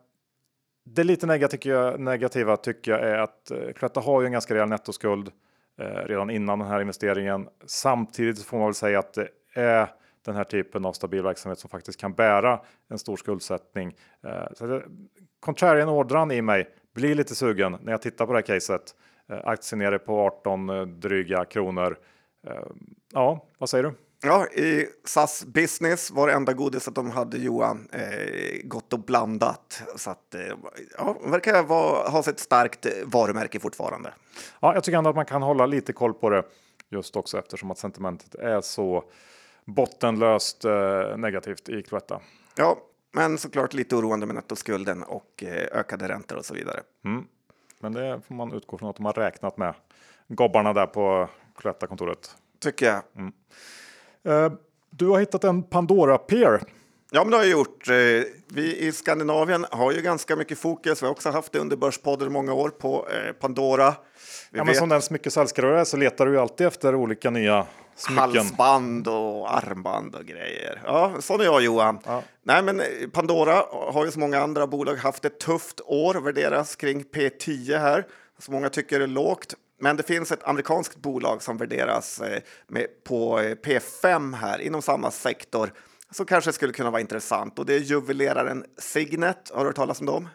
det lite negativa tycker, jag, negativa tycker jag är att eh, Cloetta har ju en ganska rejäl nettoskuld eh, redan innan den här investeringen. Samtidigt får man väl säga att det är den här typen av stabil verksamhet som faktiskt kan bära en stor skuldsättning. Eh, så det, contrarian ordran i mig blir lite sugen när jag tittar på det här caset. Eh, aktien nere på arton eh, dryga kronor. Eh, ja, vad säger du? Ja, i S A S Business var det enda godis att de hade, Johan, eh, gått och blandat. Så att, eh, ja, verkar vara, ha ett starkt varumärke fortfarande. Ja, jag tycker ändå att man kan hålla lite koll på det just också eftersom att sentimentet är så bottenlöst eh, negativt i Cloetta. Ja, men såklart lite oroande med nettoskulden och eh, ökade räntor och så vidare. Mm. Men det får man utgå från att de har räknat med gobbarna där på Cloetta-kontoret. Tycker jag. Mm. Eh, du har hittat en Pandora-peer. Ja, men det har jag gjort. Eh, vi i Skandinavien har ju ganska mycket fokus. Vi har också haft det under Börspodden många år på eh, Pandora. Vi ja, men vet... som den smyckesälskare så letar du ju alltid efter olika nya smycken. Halsband och armband och grejer. Ja, sån är jag, Johan. Ja. Nej, men Pandora har ju som många andra bolag haft ett tufft år, värderas kring P tio här, som många tycker är lågt. Men det finns ett amerikanskt bolag som värderas med, på P fem här inom samma sektor som kanske skulle kunna vara intressant. Och det är juveleraren Signet. Har du hört talas om dem?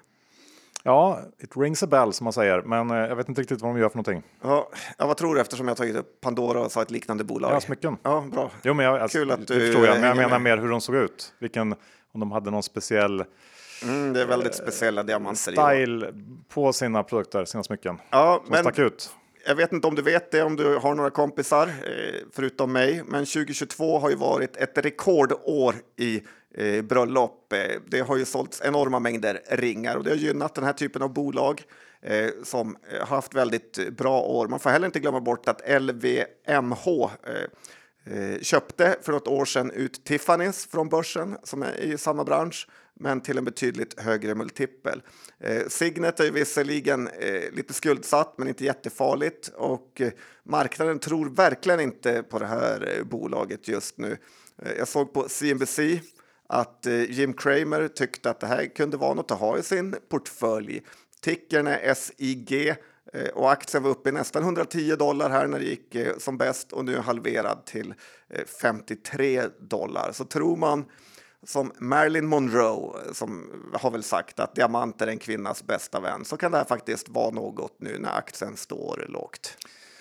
Ja, it rings a bell som man säger, men eh, jag vet inte riktigt vad de gör för någonting. Ja, ja, vad tror du eftersom jag tagit upp Pandora och sa ett liknande bolag? Ja, smycken. Ja, bra. Jo, men jag, alltså, Kul att det du förstår jag, men jag hänger menar med. mer hur de såg ut. Vilken, om de hade någon speciell Mm, det är väldigt speciella diamanter. style på sina produkter, sina smycken. Ja, som men stack ut. jag vet inte om du vet det, om du har några kompisar eh, förutom mig. Men tjugohundratjugotvå har ju varit ett rekordår i eh, bröllop. Eh, det har ju sålts enorma mängder ringar och det har gynnat den här typen av bolag eh, som har haft väldigt bra år. Man får heller inte glömma bort att L V M H eh, Eh, köpte för något år sedan ut Tiffany's från börsen som är i samma bransch men till en betydligt högre multipel. Eh, Signet är ju visserligen eh, lite skuldsatt men inte jättefarligt och eh, marknaden tror verkligen inte på det här eh, bolaget just nu. Eh, jag såg på C N B C att eh, Jim Cramer tyckte att det här kunde vara något att ha i sin portfölj. Tickern är S I G. Och aktien var uppe i nästan hundratio dollar här när det gick som bäst och nu är halverad till femtiotre dollar. Så tror man som Marilyn Monroe som har väl sagt att diamanter är en kvinnas bästa vän så kan det här faktiskt vara något nu när aktien står lågt.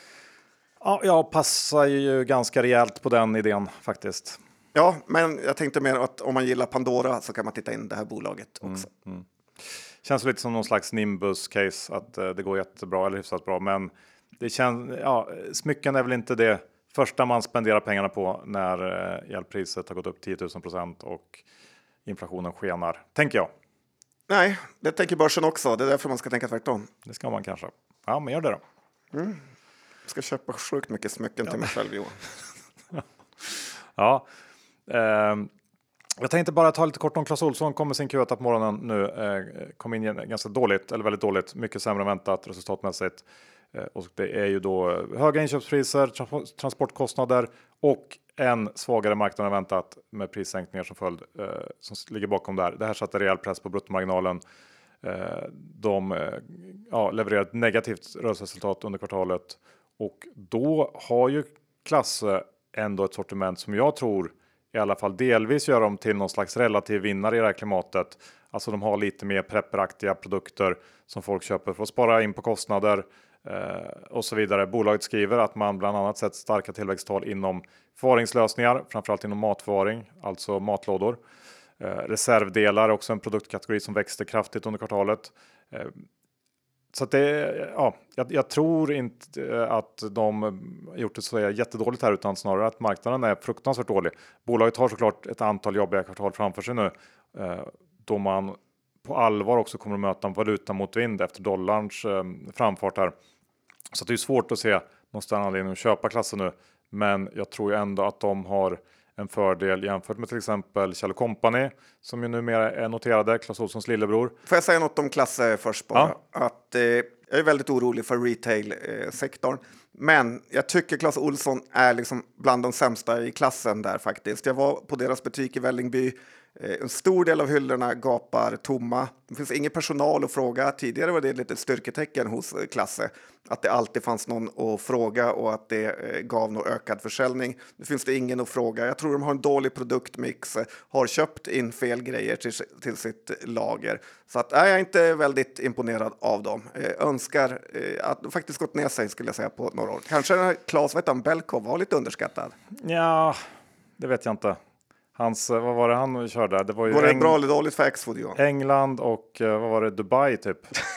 Ja, jag passar ju ganska rejält på den idén faktiskt. Ja, men jag tänkte mer att om man gillar Pandora så kan man titta in det här bolaget också. Mm, mm. Känns lite som någon slags Nimbus-case att uh, det går jättebra eller hyfsat bra. Men det känns, ja, smycken är väl inte det första man spenderar pengarna på när uh, elpriset har gått upp tio tusen procent och inflationen skenar, tänker jag. Nej, det tänker börsen också. Det är därför man ska tänka tvärtom. Det ska man kanske. Ja, men gör det då. Mm. Jag ska köpa sjukt mycket smycken ja. till mig själv, Johan. ja, um, jag tänkte bara ta lite kort om Clas Ohlson. Kom med sin Q ett på morgonen nu. Eh, kom in ganska dåligt, eller väldigt dåligt. Mycket sämre än väntat resultatmässigt. Eh, och det är ju då höga inköpspriser, tra- transportkostnader och en svagare marknad än väntat med prissänkningar som följd eh, som ligger bakom där. Det här satte rejäl press på bruttomarginalen. Eh, de eh, ja, levererar ett negativt rörelseresultat under kvartalet. Och då har ju Klasse ändå ett sortiment som jag tror i alla fall delvis gör dem till någon slags relativ vinnare i det här klimatet. Alltså de har lite mer prepperaktiga produkter som folk köper för att spara in på kostnader eh, och så vidare. Bolaget skriver att man bland annat sett starka tillväxttal inom förvaringslösningar, framförallt inom matförvaring, alltså matlådor. Eh, reservdelar är också en produktkategori som växte kraftigt under kvartalet. Eh, så att det, ja, jag, jag tror inte att de har gjort det så jättedåligt här, utan snarare att marknaden är fruktansvärt dålig. Bolaget har såklart ett antal jobbiga kvartal framför sig nu, eh, då man på allvar också kommer att möta en valuta mot vind efter dollarns eh, framfart här. Så det är svårt att se någon större anledning att köpa klassen nu. Men jag tror ju ändå att de har en fördel jämfört med till exempel Kjell och Company, som ju numera är noterade, Clas Ohlsons lillebror. Får jag säga något om Klasse först bara? Ja. Att, eh, jag är väldigt orolig för retail-sektorn. Men jag tycker Clas Ohlson är liksom bland de sämsta i klassen där faktiskt. Jag var på deras butik i Vällingby. En stor del av hyllorna gapar tomma. Det finns ingen personal att fråga. Tidigare var det ett litet styrketecken hos Klasse att det alltid fanns någon att fråga och att det gav någon ökad försäljning. Nu finns det ingen att fråga. Jag tror de har en dålig produktmix, har köpt in fel grejer till, till sitt lager. Så att, är jag inte väldigt imponerad av dem. Jag önskar att de faktiskt gått ner sig, skulle jag säga, på några år. Kanske den här Claes, vet du, Belkov var lite underskattad. Ja, det vet jag inte. Hans, vad var det han körde? Det var ju var det Eng- bra eller dåligt för Axfood, Johan? England och vad var det? Dubai typ.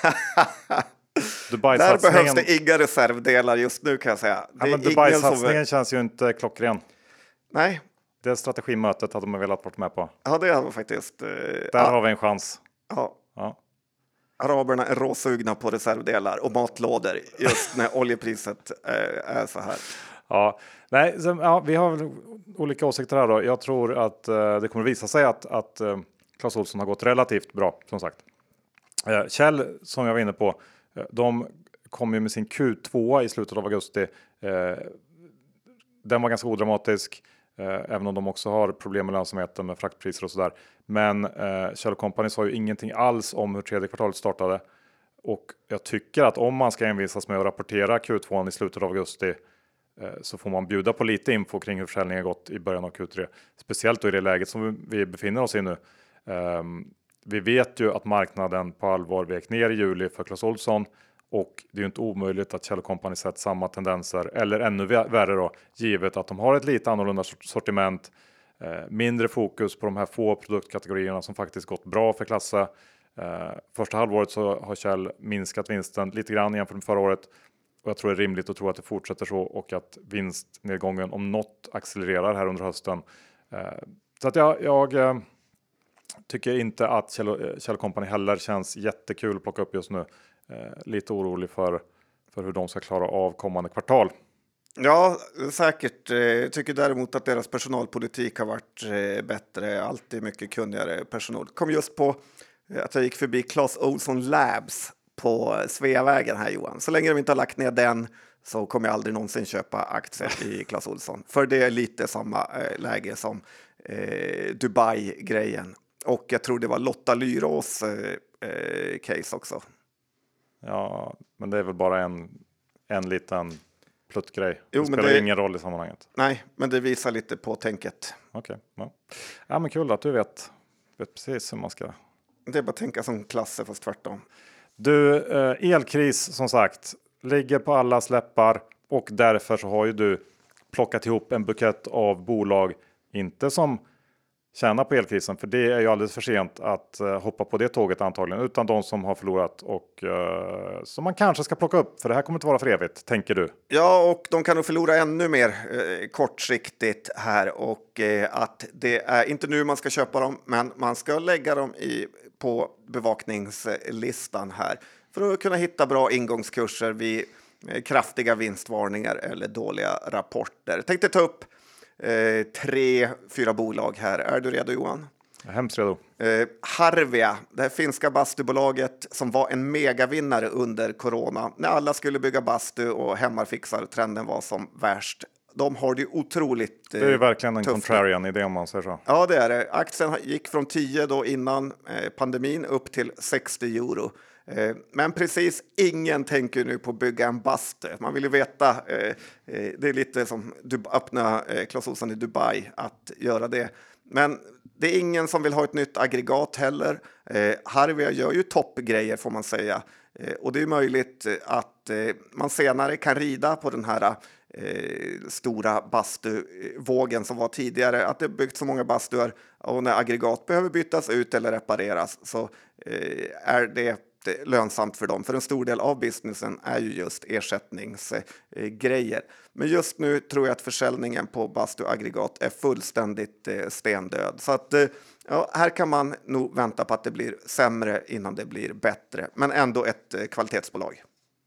Dubai Där behövs det inga reservdelar just nu, kan jag säga. Ja, men Dubai-satsningen som... känns ju inte klockren. Nej. Det strategimötet hade man velat varit med på. Ja, det hade faktiskt. Eh, Där ja. har vi en chans. Ja. Ja. Araberna är råsugna på reservdelar och matlådor just när oljepriset eh, är så här. Ja, nej, så, ja, vi har väl olika åsikter här då. Jag tror att eh, det kommer visa sig att, att eh, Clas Ohlson har gått relativt bra, som sagt. Eh, Kjell, som jag var inne på, eh, de kom ju med sin Q två i slutet av augusti. Eh, den var ganska odramatisk, eh, även om de också har problem med lönsamheten med fraktpriser och sådär. Men eh, Kjell och Company sa ju ingenting alls om hur tredje kvartalet startade. Och jag tycker att om man ska envisas med att rapportera Q två i slutet av augusti, så får man bjuda på lite info kring hur försäljningen gått i början av Q tre. Speciellt då i det läget som vi befinner oss i nu. Um, vi vet ju att marknaden på allvar vek ner i juli för Clas Ohlson. Och det är ju inte omöjligt att Kjell och Company sett samma tendenser. Eller ännu värre då, givet att de har ett lite annorlunda sortiment. Uh, mindre fokus på de här få produktkategorierna som faktiskt gått bra för Klasse. Uh, första halvåret så har Kjell minskat vinsten lite grann jämfört med förra året. Och jag tror det är rimligt att tro att det fortsätter så och att vinstnedgången om något accelererar här under hösten. Så att jag, jag tycker inte att Kjell, Kjell Company heller känns jättekul att plocka upp just nu. Lite orolig för, för hur de ska klara av kommande kvartal. Ja, säkert. Jag tycker däremot att deras personalpolitik har varit bättre. Alltid mycket kunnigare personal. Kom just på att jag gick förbi Clas Ohlson Labs på Sveavägen här, Johan. Så länge de inte har lagt ner den så kommer jag aldrig någonsin köpa aktier i Clas Ohlson. För det är lite samma eh, läge som eh, Dubai-grejen. Och jag tror det var Lotta Lyrås eh, eh, case också. Ja, men det är väl bara en, en liten pluttgrej. Jo, det spelar det... ingen roll i sammanhanget. Nej, men det visar lite på tänket. Okej, okay, ja. ja men kul att du vet, vet precis hur man ska... Det är bara att tänka som Klasse fast tvärtom. Du, eh, elkris som sagt ligger på alla släppar och därför så har ju du plockat ihop en bukett av bolag, inte som tjänar på elkrisen, för det är ju alldeles för sent att eh, hoppa på det tåget antagligen, utan de som har förlorat och eh, som man kanske ska plocka upp, för det här kommer inte vara för evigt, tänker du? Ja, och de kan nog förlora ännu mer eh, kortsiktigt här och eh, att det är inte nu man ska köpa dem, men man ska lägga dem i på bevakningslistan här för att kunna hitta bra ingångskurser vid kraftiga vinstvarningar eller dåliga rapporter. Jag tänkte ta upp eh, tre, fyra bolag här. Är du redo, Johan? Jag är hemskt redo. Eh, Harvia, det här finska bastubolaget som var en megavinnare under corona när alla skulle bygga bastu och hemmarfixartrenden var som värst. De har det otroligt eh, Det är ju verkligen en tufft. Contrarian idé om man säger så. Ja, det är det. Aktien gick från tio då innan eh, pandemin upp till sextio euro. Eh, men precis ingen tänker nu på att bygga en bastu. Man vill ju veta, eh, eh, det är lite som du öppna eh, Clas Ohlson i Dubai att göra det. Men det är ingen som vill ha ett nytt aggregat heller. Eh, Harvia gör ju toppgrejer får man säga. Eh, och det är möjligt att eh, man senare kan rida på den här eh, stora bastuvågen som var tidigare. Att det byggt så många bastuar och när aggregat behöver bytas ut eller repareras så eh, är det lönsamt för dem. För en stor del av businessen är ju just ersättningsgrejer. Men just nu tror jag att försäljningen på bastuaggregat är fullständigt eh, stendöd. Så att eh, ja, här kan man nog vänta på att det blir sämre innan det blir bättre. Men ändå ett eh, kvalitetsbolag.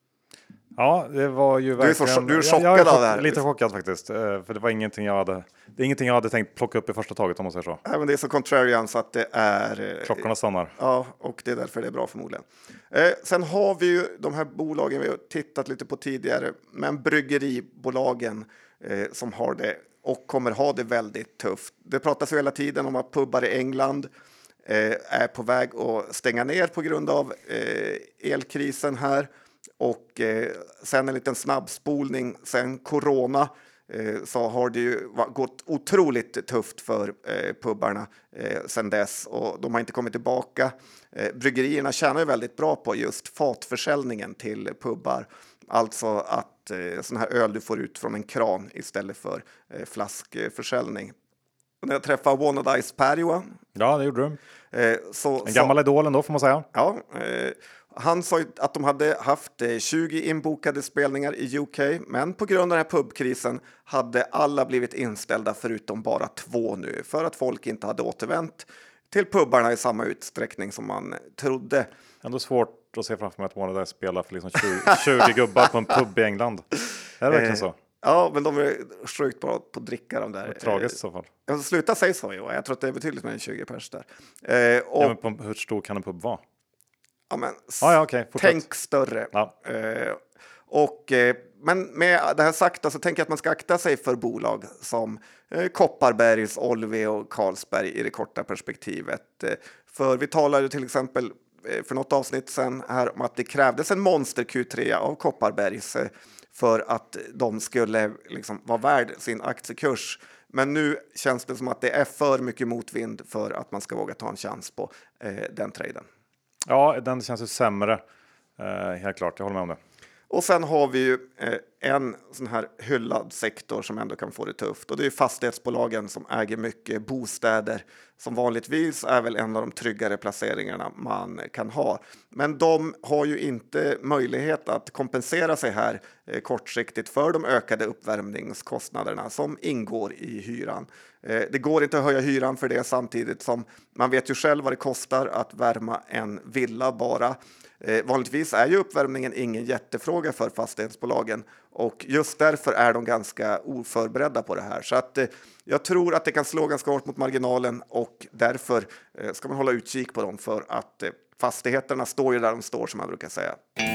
Ja, det var ju verkligen... Du är, så, du är chockad jag, jag är av det här. Lite chockad faktiskt. För det var ingenting jag hade... Det är ingenting jag hade tänkt plocka upp i första taget om man säger så. Även det är så contrarian så att det är... Klockorna stannar. Ja, och det är därför det är bra förmodligen. Eh, sen har vi ju de här bolagen vi har tittat lite på tidigare. Men bryggeribolagen eh, som har det och kommer ha det väldigt tufft. Det pratas ju hela tiden om att pubbar i England eh, är på väg att stänga ner på grund av eh, elkrisen här. Och eh, sen en liten snabbspolning, sen corona eh, så har det ju gått otroligt tufft för eh, pubbarna eh, sen dess och de har inte kommit tillbaka. Eh, bryggerierna tjänar ju väldigt bra på just fatförsäljningen till pubbar. Alltså att eh, sån här öl du får ut från en kran istället för eh, flaskförsäljning. Och när jag träffade Wannadice Perjoa. Ja, det gjorde du. Eh, så, en gammal så, idol ändå får man säga. Ja, eh, han sa att de hade haft tjugo inbokade spelningar i U K, men på grund av den här pubkrisen hade alla blivit inställda förutom bara två nu, för att folk inte hade återvänt till pubbarna i samma utsträckning som man trodde. Ändå svårt att se framför mig att Warner där spelar för liksom tjugo, tjugo gubbar på en pub i England. Är det verkligen så? Ja, men de är sjukt bra på att dricka de där. Tragiskt i så fall. Jag sluta säga så, jo. Jag tror att det är betydligt mer än tjugo pers där. Eh, och, ja, men på, hur stor kan en pub vara? Ja, men ah, ja, okay. tänk större. Ja. Eh, och, eh, men med det här sagt så tänker jag att man ska akta sig för bolag som eh, Kopparbergs, Olvi och Carlsberg i det korta perspektivet. Eh, för vi talade till exempel eh, för något avsnitt sedan här om att det krävdes en monster Q tre av Kopparbergs eh, för att de skulle liksom vara värd sin aktiekurs. Men nu känns det som att det är för mycket motvind för att man ska våga ta en chans på eh, den traden. Ja, den känns ju sämre. Eh, helt klart, jag håller med om det. Och sen har vi ju eh, en sån här hyllad sektor som ändå kan få det tufft. Och det är fastighetsbolagen som äger mycket bostäder. Som vanligtvis är väl en av de tryggare placeringarna man kan ha. Men de har ju inte möjlighet att kompensera sig här eh, kortsiktigt för de ökade uppvärmningskostnaderna som ingår i hyran. Eh, det går inte att höja hyran för det samtidigt som man vet ju själv vad det kostar att värma en villa bara. Eh, vanligtvis är ju uppvärmningen ingen jättefråga för fastighetsbolagen och just därför är de ganska oförberedda på det här. Så att, eh, jag tror att det kan slå ganska hårt mot marginalen och därför eh, ska man hålla utkik på dem för att eh, fastigheterna står ju där de står som man brukar säga.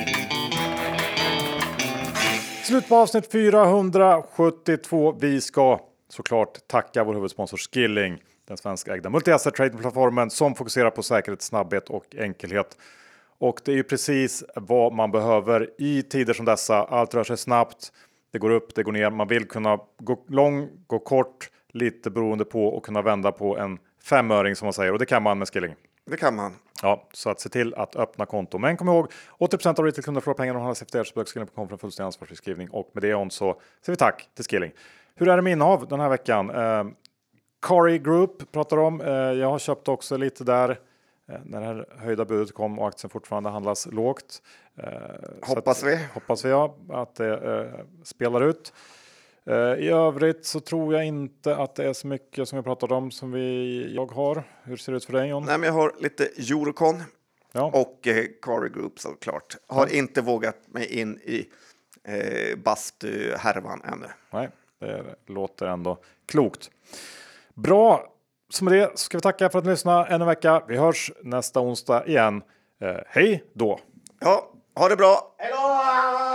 Slut på avsnitt fyrahundrasjuttiotvå. Vi ska såklart tacka vår huvudsponsor Skilling, den svenska ägda multi-asset trading-plattformen som fokuserar på säkerhet, snabbhet och enkelhet. Och det är ju precis vad man behöver i tider som dessa. Allt rör sig snabbt, det går upp, det går ner. Man vill kunna gå lång, gå kort, lite beroende på och kunna vända på en femöring som man säger. Och det kan man med Skilling. Det kan man. Ja, så att se till att öppna konto. Men kom ihåg, åttio procent av retailkunder får pengar och handlas efter er, så besök Skilling punkt com för en fullständig ansvarsfriskrivning. Och med det on så säger vi tack till Skilling. Hur är det med innehav den här veckan? Eh, Cari Group pratar om. Eh, jag har köpt också lite där. När det här höjda budet kom och aktien fortfarande handlas lågt. Eh, hoppas att, vi. Hoppas vi ja, att det eh, spelar ut. Eh, I övrigt så tror jag inte att det är så mycket som vi pratade om som vi, jag har. Hur ser det ut för dig, John? Nej, men jag har lite Eurocon ja. och eh, Cari Group såklart. Har ja. inte vågat mig in i eh, bastu-härvan ännu. Nej, det låter ändå klokt. Bra! Så med det ska vi tacka för att ni lyssnade en vecka. Vi hörs nästa onsdag igen. Eh, hej då! Ja, ha det bra! Hej då!